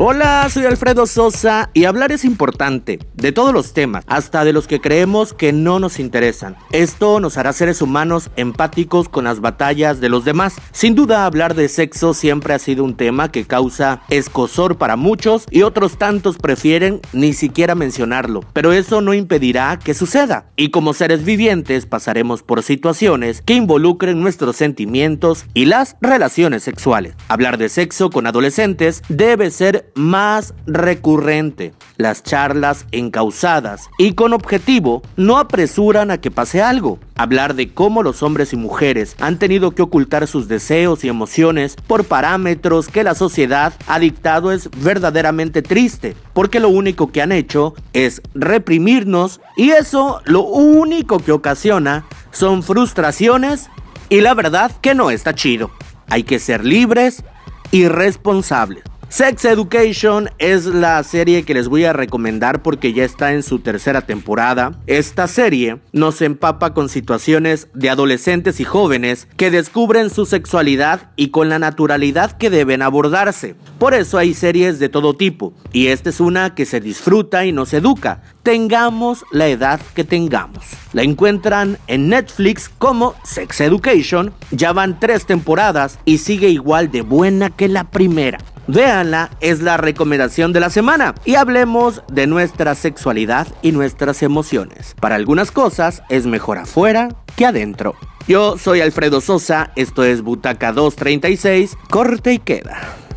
Hola, soy Alfredo Sosa y hablar es importante, de todos los temas, hasta de los que creemos que no nos interesan. Esto nos hará seres humanos empáticos con las batallas de los demás. Sin duda, hablar de sexo siempre ha sido un tema que causa escozor para muchos y otros tantos prefieren ni siquiera mencionarlo, pero eso no impedirá que suceda. Y como seres vivientes pasaremos por situaciones que involucren nuestros sentimientos y las relaciones sexuales. Hablar de sexo con adolescentes debe ser más recurrente. Las charlas encausadas y con objetivo no apresuran a que pase algo. Hablar de cómo los hombres y mujeres han tenido que ocultar sus deseos y emociones por parámetros que la sociedad ha dictado es verdaderamente triste, porque lo único que han hecho es reprimirnos y eso lo único que ocasiona son frustraciones y la verdad que no está chido. Hay que ser libres y responsables. Sex Education es la serie que les voy a recomendar porque ya está en su tercera temporada. Esta serie nos empapa con situaciones de adolescentes y jóvenes que descubren su sexualidad y con la naturalidad que deben abordarse. Por eso hay series de todo tipo y esta es una que se disfruta y nos educa. Tengamos la edad que tengamos. La encuentran en Netflix como Sex Education. Ya van 3 temporadas y sigue igual de buena que la primera. Véanla, es la recomendación de la semana y hablemos de nuestra sexualidad y nuestras emociones. Para algunas cosas es mejor afuera que adentro. Yo soy Alfredo Sosa, esto es Butaca 236, corte y queda.